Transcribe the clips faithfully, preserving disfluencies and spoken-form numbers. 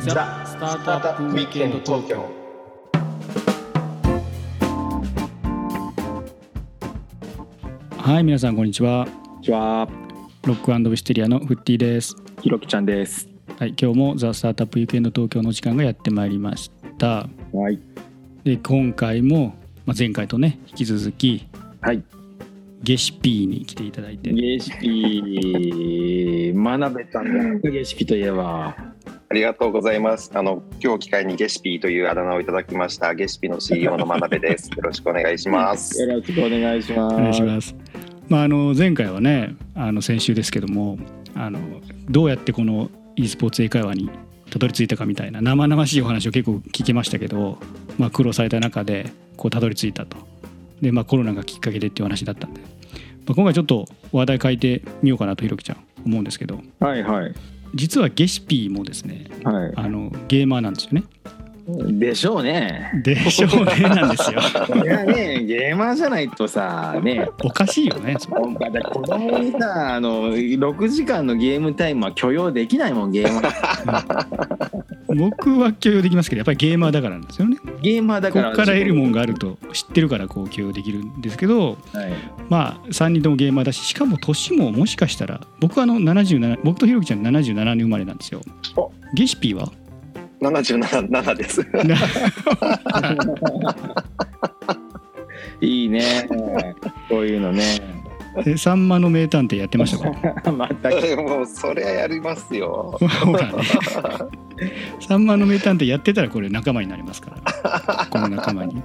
ザ・スタートアップウィークエンド東京。はい、皆さんこんにちは。 こんにちは。 ロック&ウィステリアのフッティです。 ひろきちゃんです。 はい、今日もザ・スタートアップウィークエンド東京の時間がやってまいりました。 はい。 で、今回も、まあ、前回とね引き続き、 はい。 ゲシピーに来ていただいて。 ゲシピー、真鍋ちゃんだ。ゲシピといえば。 ありがとうございます。あの今日機会にゲシピーというあだ名をいただきましたゲシピの シーイーオー の真鍋です。よろしくお願いします。 よろしくお願いします。 お願いします。まあ、あの前回はね、あの先週ですけども、あのどうやってこの e スポーツ英会話にたどり着いたかみたいな生々しいお話を結構聞きましたけど、まあ、苦労された中でこうたどり着いたと。で、まあ、コロナがきっかけでっていう話だったんで、まあ、今回ちょっと話題変えてみようかなとひろきちゃん思うんですけど、 はいはい。 実はゲシピーもですね、 はい、 あのゲーマーなんですよね。 でしょうね。 でしょうねなんですよ。 いやね、ゲーマーじゃないとさね、 おかしいよね。 子供にさ、あのろくじかんのゲームタイムは許容できないもん、ゲーマー。 僕は許容できますけど、やっぱりゲーマーだからなんですよね。 ゲーマーだから。 ここから得るもんがあると知ってるからこう許容できるんですけど、はい、まあさんにんともゲーマーだし、しかも年ももしかしたら僕はあのななじゅうなな、僕とひろきちゃんななじゅうななねん生まれなんですよ。ゲシピーはななじゅうななです。 いいね、こういうのね。 さんまの名探偵やってましたか？ またもうそれはやりますよ。 ほらね、さんまの名探偵やってたらこれ仲間になりますから、この仲間に。はい、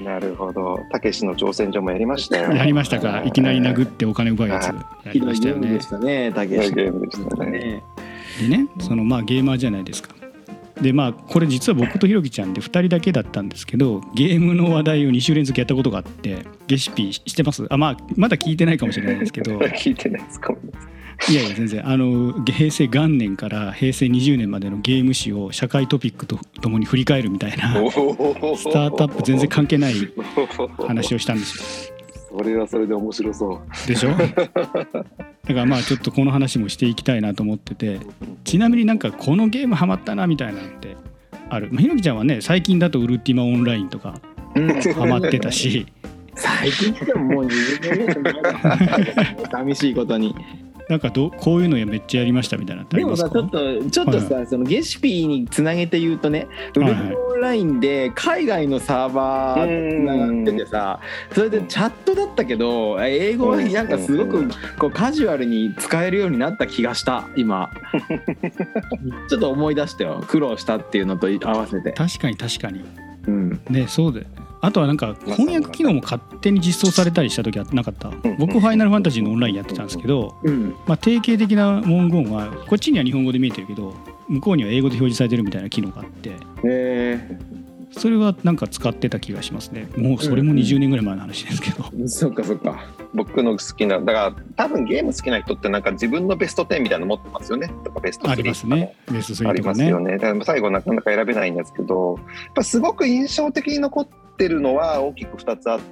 なるほど。たけしの挑戦状もやりましたよ。 やりましたか？いきなり殴ってお金奪うやつやりましたよね。 ゲームでしたね、たけし。 ゲームでしたね。 でね、そのまあゲーマーじゃないですか。でまあこれ実は僕とひろきちゃんでふたりだけだったんですけど、ゲームの話題をに週連続やったことがあって、ゲシピーしてます？あ、まあまだ聞いてないかもしれないですけど。 聞いてないですか？ いやいや全然、あの平成元年から平成にじゅうねんまでのゲーム史を社会トピックとともに振り返るみたいなスタートアップ全然関係ない話をしたんですよ。 それはそれで面白そうでしょ。だからまあちょっとこの話もしていきたいなと思ってて、ちなみになんかこのゲームハマったなみたいなのってある？ひろきちゃんはね、最近だとウルティマオンラインとかハマってたし、 最近でももうにじゅうねんぐらい前だ。寂しいことに。 なんかどこういうのめっちゃやりましたみたいなのってありますか？ でもさ、ちょっとちょっとさ、はいはい、そのゲシピーにつなげて言うとね、ウルティマオンラインで海外のサーバーつながっててさ、それでチャットだったけど英語はなんかすごくこうカジュアルに使えるようになった気がした今。ちょっと思い出したよ、苦労したっていうのと合わせて。 確かに確かに、 うん、 ね、そうだよね。あとはなんか翻訳機能も勝手に実装されたりした時はなかった？僕ファイナルファンタジーのオンラインやってたんですけど、まあ、定型的な文言はこっちには日本語で見えてるけど向こうには英語で表示されてるみたいな機能があって、 へー、 それはなんか使ってた気がしますね。もうそれもにじゅうねんぐらい前の話ですけど、 うんうん、そっかそっか。 僕の好きな、だから多分ゲーム好きな人ってなんか自分のベストじゅうみたいなの持ってますよね。とかベストスリーありますね。ベストスリーとかね。 ありますよね。だから最後なかなか選べないんですけど、やっぱすごく印象的に残ってるのは大きくふたつあって、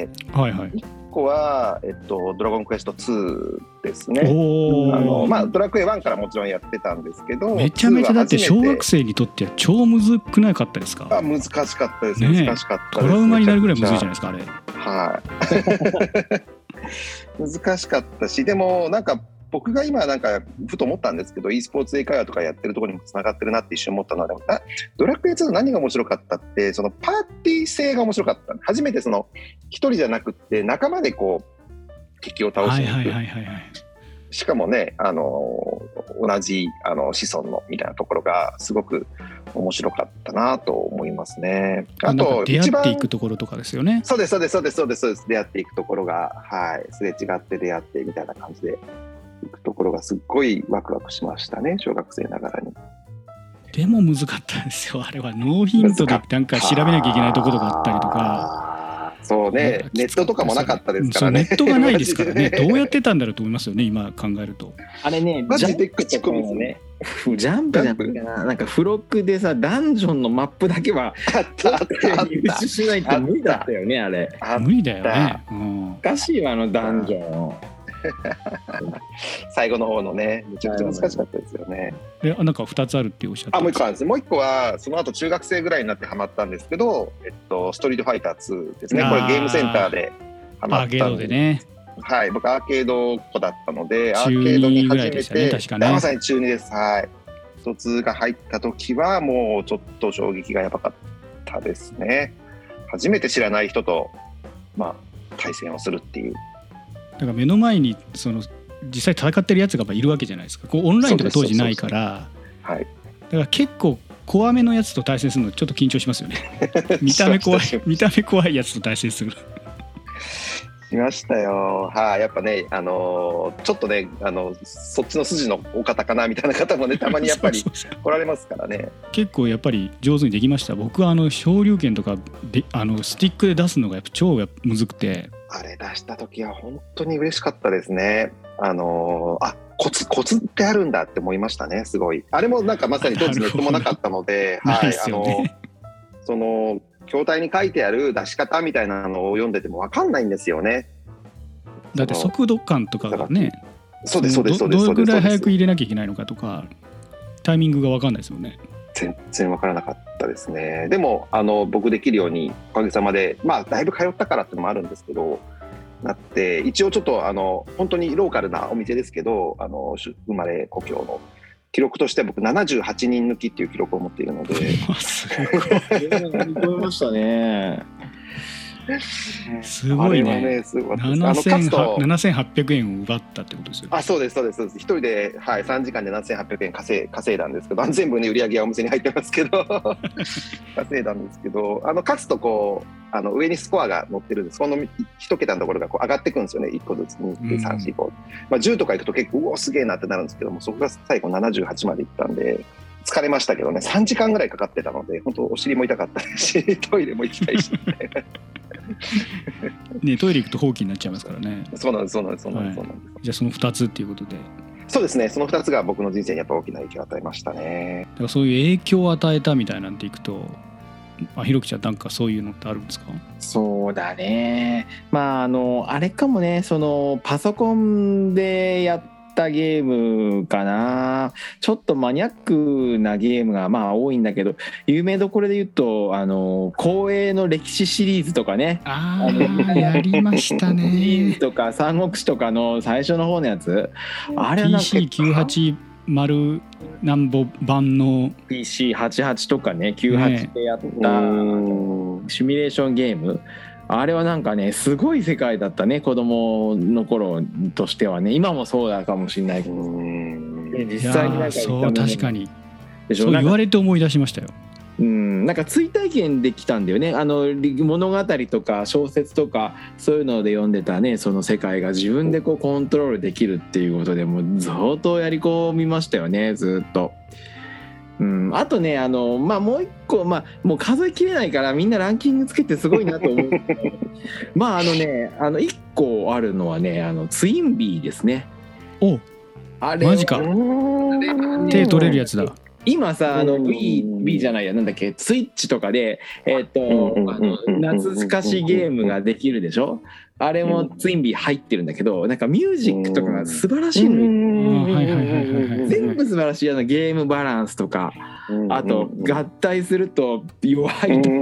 はいはい、 いっこは、えっと、ドラゴンクエストツーですね。 おあの、まあ、ドラクエワンからもちろんやってたんですけど、 めちゃめちゃだって小学生にとっては超むずくなかったですか？ あ、難しかったです、ね、難しかったです。 トラウマになるぐらいむずいじゃないですかあれ。 はい難しかったし、でもなんか僕が今なんかふと思ったんですけど、 e スポーツ英会話とかやってるところにもつながってるなって一瞬思ったのは、ドラクエツーの何が面白かったって、そのパーティー性が面白かった。初めてその一人じゃなくって仲間でこう敵を倒しに行く、はいはいはいはい、しかもね、あの同じあの子孫のみたいなところがすごく面白かったなと思いますね。あと出会っていくところとかですよね。 そうですそうですそうですそうですそうです。出会っていくところが、はい、すれ違って出会ってみたいな感じで行くところがすっごいワクワクしましたね、小学生ながらに。 でも難かったですよあれは。ノーヒントでなんか調べなきゃいけないところがあったりとか。 そうね、ネットとかもなかったですからね。 ネットがないですからね。どうやってたんだろうと思いますよね、今考えると。 あれね、ジャンプとかもね、ジャンプじゃないかな、なんか付録でさ、ダンジョンのマップだけはあったあったあった入手しないと無理だったよね、あれ。 無理だよね。 おかしいわ、あのダンジョン。 最後の方のねめちゃくちゃ難しかったですよね。 でなんかふたつあるっておっしゃってあもう一個あるんです。もう一個はその後中学生ぐらいになってハマったんですけど、えっと、ストリートファイターツーですね。これゲームセンターでハマったんで、アーケードでね。はい、僕アーケード子だったのでアーケードに初めて、ね確かね、まさに中にです。はい。ストツーが入った時はもうちょっと衝撃がやばかったですね。初めて知らない人と、まあ、対戦をするっていう。 だから目の前にその実際戦ってるやつがいるわけじゃないですか。こうオンラインとか当時ないから、はい、だから結構怖めのやつと対戦するのちょっと緊張しますよね。見た目怖い見た目怖いやつと対戦する。 しましたよ。はい、あ、やっぱね、あのー、ちょっとね、あのそっちの筋のお方かなみたいな方もねたまにやっぱり来られますからね。 結構やっぱり上手にできました。僕はあの昇竜拳とかであのスティックで出すのがやっぱ超むずくて、 あれ出した時は本当に嬉しかったですね。あのー、あコツコツってあるんだって思いましたね。すごい。あれもなんかまさに当時ネットもなかったので、はい、あのー、その筐体に書いてある出し方みたいなのを読んでても分かんないんですよね。 だって速度感とかがね、 そうですそうですそうです。 どれぐらい早く入れなきゃいけないのかとかタイミングが分かんないですよね。 全然分からなかったですね。でもあの僕できるようにおかげさまで、まあだいぶ通ったからってのもあるんですけど、なって一応ちょっとあの本当にローカルなお店ですけど、あの生まれ故郷の記録として僕ななじゅうはちにん抜きっていう記録を持っているので。 すごいましたね。 すごいね。ねすごいななせんはっぴゃくえんを奪ったってことですよね。 あ、そうですそうですそうです。一人で、はい、さんじかんでななせんはっぴゃくえん稼い、稼いだんですけど、全部ね売り上げはお店に入ってますけど稼いだんですけど、あの勝つとこうあの上にスコアが載ってるんです。その一桁のところがこう上がっていくんですよね。いっこずつにさん、よん、ご、まあ、じゅうとかいくと結構うおすげえなってなるんですけども、そこが最後ななじゅうはちまでいったんで疲れましたけどね。さんじかんぐらいかかってたので本当お尻も痛かったしトイレも行きたいしね、トイレ行くと放棄になっちゃいますからね。 そうなんですそうなんですそうなんです、はい、 じゃあそのふたつっていうことで。 そうですね、そのふたつが僕の人生にやっぱ大きな影響を与えましたね。 だからそういう影響を与えたみたいなんていくと、あ、ひろきちゃんなんかそういうのってあるんですか？ そうだね、まああのあれかもね、そのパソコンでやったゲームかな。ちょっとマニアックなゲームがまあ多いんだけど、有名どころで言うとあの光栄の歴史シリーズとかね、 ああやりましたね。 シリーズとか三国志とかの最初の方のやつ、あれはなんか ピーシーきゅうはちまる 何ぼ版のピーシーはちじゅうはち とかねきゅうはちでやった、ね、シミュレーションゲーム、あれはなんかねすごい世界だったね、子供の頃としてはね。今もそうだかもしれないけど、実際になんかそう確かにそう言われて思い出しましたよ。 うん、なんか追体験できたんだよね。あの物語とか小説とかそういうので読んでたね、その世界が自分でこうコントロールできるっていうことでもう相当やり込みましたよね、ずっと。うん、あとねあの、まあ、もう一個、まあ、もう数えきれないからみんなランキングつけてすごいなと思うまああのねあのいっこあるのはね、あのツインビーですね。 おあれマジか、手取れるやつだ。 今さあの B, B じゃないやなんだっけ、スイッチとかで、えー、とあの懐かしゲームができるでしょ。あれもツインビー入ってるんだけど、なんかミュージックとかが素晴らしいのよ。全部素晴らしい。あのゲームバランスとか、あと合体すると弱いと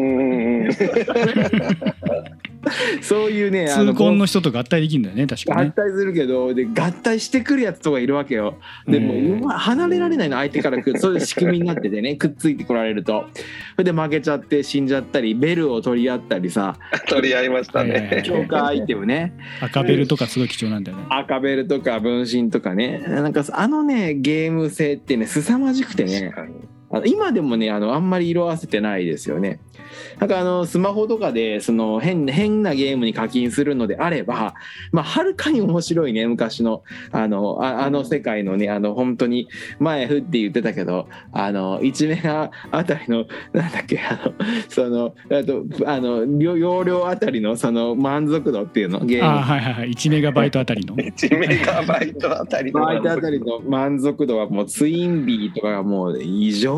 そういうね、 痛恨の人と合体できるんだよね、確かに、ね、 合体するけどで合体してくるやつとかいるわけよ。でも離れられないの、相手からそういう仕組みになっててね、くっついてこられるとそれで負けちゃって死んじゃったり、ベルを取り合ったりさ取り合いましたね、 強化アイテムね、 赤ベルとかすごい貴重なんだよね。 赤ベルとか分身とかね、なんかあのねゲーム性ってね凄まじくてね、あの今でもねあのあんまり色あせてないですよね。なんかあのスマホとかでその 変, 変なゲームに課金するのであれば、まあ、はるかに面白いね、昔のあの あ, あの世界のね、あの本当に前ふって言ってたけど、あのいちメガあたりのなんだっけ、あのそのあとあの容量あたりのその満足度っていうの、ゲーム、 あ、はいはいはい、いちメガバイトあたりのいちメガバイトあたりの満足度はもうツインビーとかがもう異常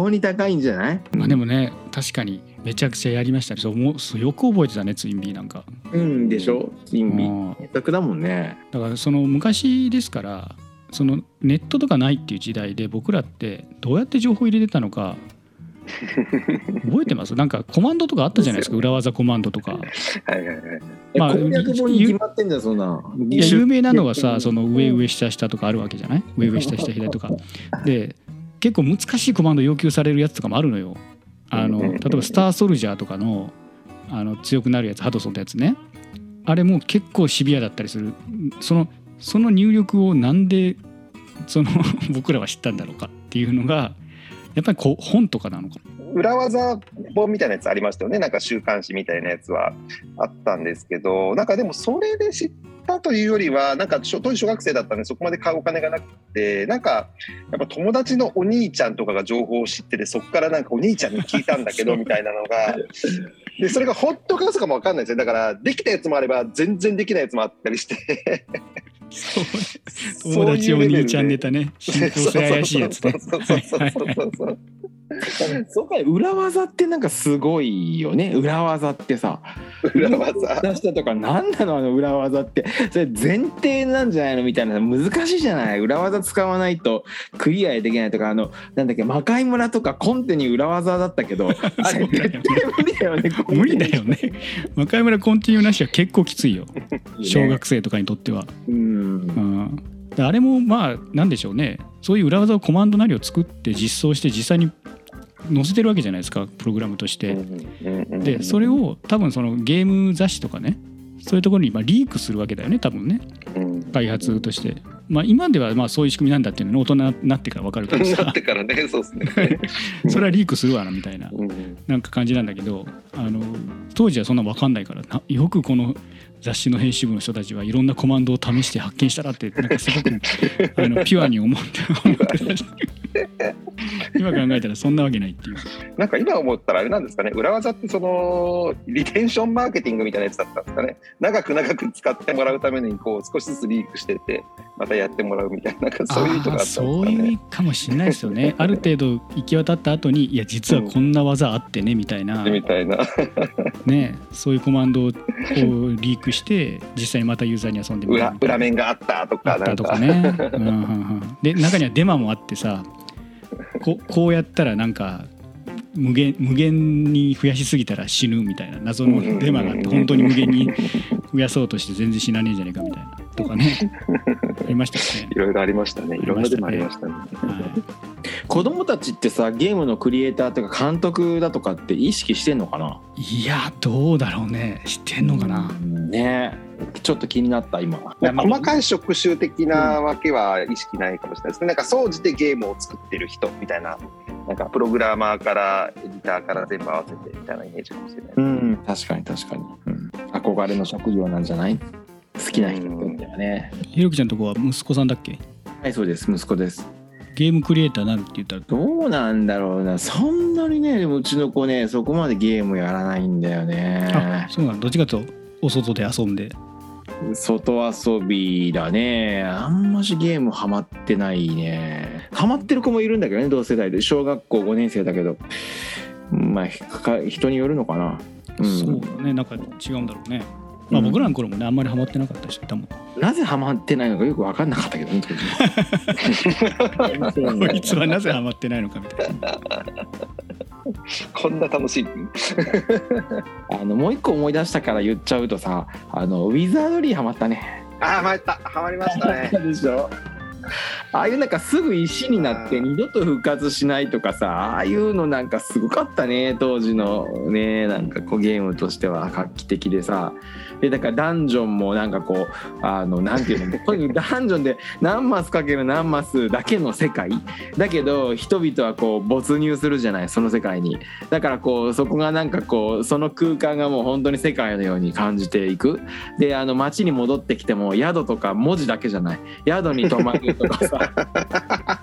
常に高いんじゃない？ まあでもね確かにめちゃくちゃやりましたね。そうもうそうよく覚えてたねツインビーなんか。 うんでしょ。ツインビー傑作だもんね。 だからその昔ですからそのネットとかないっていう時代で僕らってどうやって情報入れてたのか覚えてます？なんかコマンドとかあったじゃないですか。裏技コマンドとか。 はいはいはい。 まあ攻略本に決まってんじゃんそんな。 いや有名なのはさその上上下下とかあるわけじゃない？上上下下左とかで結構難しいコマンド要求されるやつとかもあるのよ。あの例えばスターソルジャーとかのあの強くなるやつハドソンってやつね。あれも結構シビアだったりする。そのその入力をなんでその僕らは知ったんだろうかっていうのがやっぱりこう本とかなのか。 裏技本みたいなやつありましたよね。なんか週刊誌みたいなやつはあったんですけど、なんかでもそれで知ったというよりはなんか当時小学生だったんでそこまで買うお金がなくて、なんかやっぱ友達のお兄ちゃんとかが情報を知っててそこからなんかお兄ちゃんに聞いたんだけどみたいなのがでそれが本当か嘘かも分かんないですよ。だからできたやつもあれば全然できないやつもあったりして友達お兄ちゃんネタね。信憑性怪しいやつね。 そうそうそうそうそうそうか裏技ってなんかすごいよね。裏技ってさ裏技出したとか何なのあの裏技ってそれ前提なんじゃないのみたいな難しいじゃない。裏技使わないとクリアできないとかあのなんだっけ魔界村とかコンテに裏技だったけどあれ絶対無理だよね。 無理だよね。魔界村コンティニューなしは結構きついよ小学生とかにとっては。うん、うん、あれもまあなんでしょうね。そういう裏技をコマンドなりを作って実装して実際に載せてるわけじゃないですかプログラムとして。でそれを多分そのゲーム雑誌とかねそういうところにまあリークするわけだよね多分ね開発として。まあ今ではまあそういう仕組みなんだっていうのを大人になってから分かるからさなってからねそうですねそれはリークするわなみたいななんか感じなんだけどあの当時はそんな分かんないからなよくこの雑誌の編集部の人たちはいろんなコマンドを試して発見したらってなんかすごくあのピュアに思って思ってたし今考えたらそんなわけないっていう。 なんか今思ったらあれなんですかね裏技ってそのリテンションマーケティングみたいなやつだったんですかね。長く長く使ってもらうためにこう少しずつリークしててまたやってもらうみたい な, なんかそういう意図があったんですかね。 そういう意味かもしれないですよねある程度行き渡った後にいや実はこんな技あってねみたいな、 うん、みたいなねそういうコマンドをリークして実際にまたユーザーに遊んでもらう裏, 裏面があったとかあったとかねうんうん、うん、で中にはデマもあってさこ, こうやったらなんか無限無限に増やしすぎたら死ぬみたいな謎のデマがあって本当に無限に増やそうとして全然死なねえんじゃねえかみたいなとかねありましたよね。 いろいろありましたね。いろんなデマありましたね。 はい、子供たちってさゲームのクリエイターとか監督だとかって意識してんのかな。 いやどうだろうね知ってんのかな、 うん、ねちょっと気になった今。 細かい職種的なわけは意識ないかもしれないですね。なんか総じてゲームを作ってる人みたいななんかプログラマーからエディターから全部合わせてみたいなイメージかもしれない。 うん、確かに確かに、うん、憧れの職業なんじゃない好きな人にとってはね。 ひろきちゃんのとこは息子さんだっけ。 はいそうです息子です。 ゲームクリエイターになるって言ったらどうなんだろうな。そんなにねでもうちの子ねそこまでゲームやらないんだよね。 あそうなの。どっちかというとお外で遊んで外遊びだね。あんましゲームハマってないね。ハマってる子もいるんだけどね同世代で小学校ごねん生だけどまあ人によるのかな、 うん、そうだねなんか違うんだろうね。まあ、僕らの頃もねあんまりハマってなかった人いたもん。 なぜハマってないのかよく分かんなかったけどねこいつはなぜハマってないのかみたいなこんな楽しいあのもう一個思い出したから言っちゃうとさあのウィザードリーハマったね。 ああ参ったハマりましたねでしょ。ああいうなんかすぐ石になって二度と復活しないとかさああいうのなんかすごかったね当時のねなんかこうゲームとしては画期的でさでだからダンジョンもなんかこうあのなんていうのとにかくダンジョンで何マスかける何マスだけの世界だけど人々はこう没入するじゃないその世界に。だからこうそこがなんかこうその空間がもう本当に世界のように感じていく。であの街に戻ってきても宿とか文字だけじゃない宿に泊まるとかさ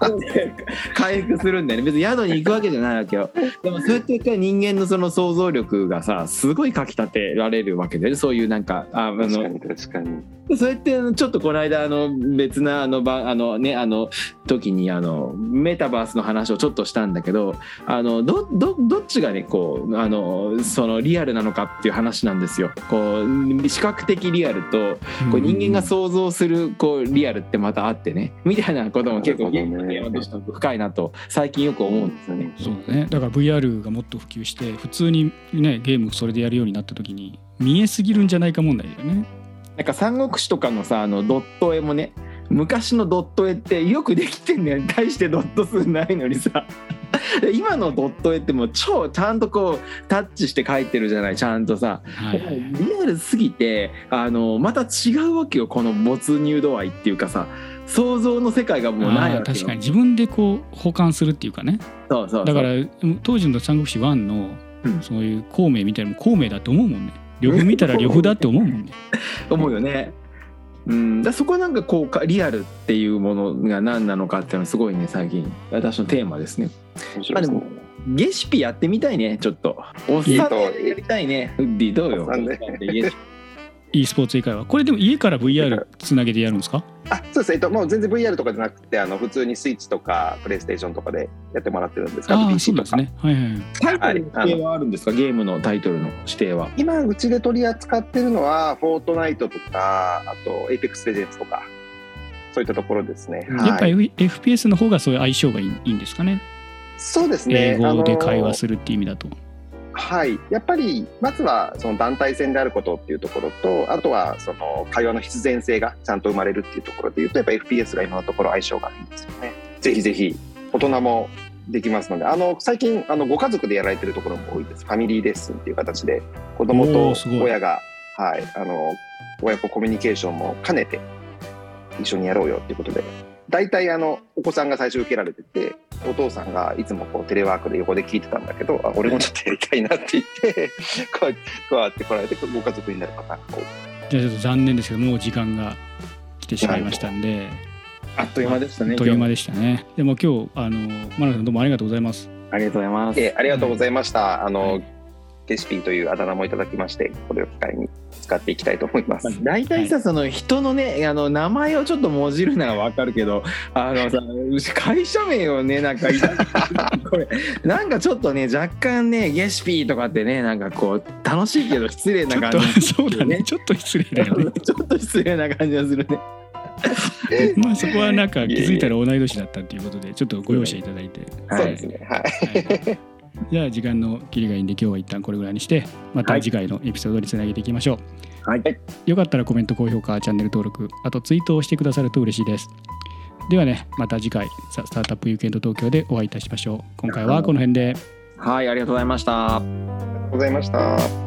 回復するんだよね。別に宿に行くわけじゃないわけよ。でもそうやって人間のその想像力がさすごいかきたてられるわけで、ね、そういうなんかああの確かに確かに。 そうやってちょっとこの間あの別なあの場あのねあの時にあのメタバースの話をちょっとしたんだけど、あの ど, ど, どっちがねこうあのそのリアルなのかっていう話なんですよ。こう視覚的リアルとこう人間が想像するこうリアルってまたあってねみたいなことも結構ゲームのテーマとして深いなと最近よく思うんですよね。 そうね、だから ブイアール がもっと普及して普通にねゲームそれでやるようになった時に見えすぎるんじゃないか問題だよね。 なんか三国志とかのさあのドット絵もね昔のドット絵ってよくできてんねん。大してドット数ないのにさ今のドット絵ってもう超ちゃんとこうタッチして描いてるじゃないちゃんとさ、はいはい、リアルすぎてあのまた違うわけよこの没入度合いっていうかさ想像の世界がもうないわけよ。 確かに自分でこう補完するっていうかね。 そうそうそうだから当時の三国志ワンのそういう孔明みたいなのも孔明だと思うもんね。呂布見たら呂布だって思うもんね思うよね。うん、だそこはなんかこうリアルっていうものが何なのかっていうのはすごいね最近私のテーマですね。 面白いですね。 まあ、でもゲシピやってみたいねちょっと。おっさんでやりたいね。ウッディどうよ。 e スポーツ英会話これでも家から ブイアール つなげてやるんですか？ あ、そうです。えっともう全然 ブイアール とかじゃなくてあの普通にスイッチとかプレイステーションとかでやってもらってるんですが、 ああそうですね。はいはい。 タイトルの指定はあるんですか？ゲームのタイトルの指定は。 今うちで取り扱ってるのはフォートナイトとかあとエイペックスレジェンズとかそういったところですね。 やっぱり エフピーエス の方がそういう相性がいい、いいんですかね？ そうですね。 英語で会話するっていう意味だと。 はい、やっぱりまずはその団体戦であることっていうところとあとはその会話の必然性がちゃんと生まれるっていうところでいうとやっぱ エフピーエス が今のところ相性がいいんですよね。ぜひぜひ大人もできますのであの最近あのご家族でやられてるところも多いです。ファミリーレッスンっていう形で子供と親が、はい、あの親子コミュニケーションも兼ねて一緒にやろうよっていうことで大体あのお子さんが最初受けられててお父さんがいつもこうテレワークで横で聞いてたんだけどあ俺もちょっとやりたいなって言ってこうやって来られてご家族になるパターンが多い。 じゃあちょっと残念ですけどもう時間が来てしまいましたんであっという間でしたね。 あっという間でしたね。でも今日あのマナさんどうもありがとうございます。 ありがとうございます。 えありがとうございました。はい、あの、 はいゲシピーというあだ名もいただきましてこれを機会に使っていきたいと思います。 大体さ、はい、その人のねあの名前をちょっともじるならわかるけどあのさ会社名をねなんかこれなんかちょっとね若干ねゲシピーとかってねなんかこう楽しいけど失礼な感じ、 ね、そうだねちょっと失礼だよねちょっと失礼な感じがするねまあそこはなんか気づいたら同い年だったっていうことでちょっとご容赦いただいて、 はい、そうですねはい、 はいじゃあ時間の切りがいいんで今日は一旦これぐらいにしてまた次回のエピソードにつなげていきましょう。 はい、 よかったらコメント高評価チャンネル登録あとツイートをしてくださると嬉しいです。ではねまた次回スタートアップウィークエンド東京でお会いいたしましょう。今回はこの辺で。 はい、ありがとうございました。 ありがとうございました。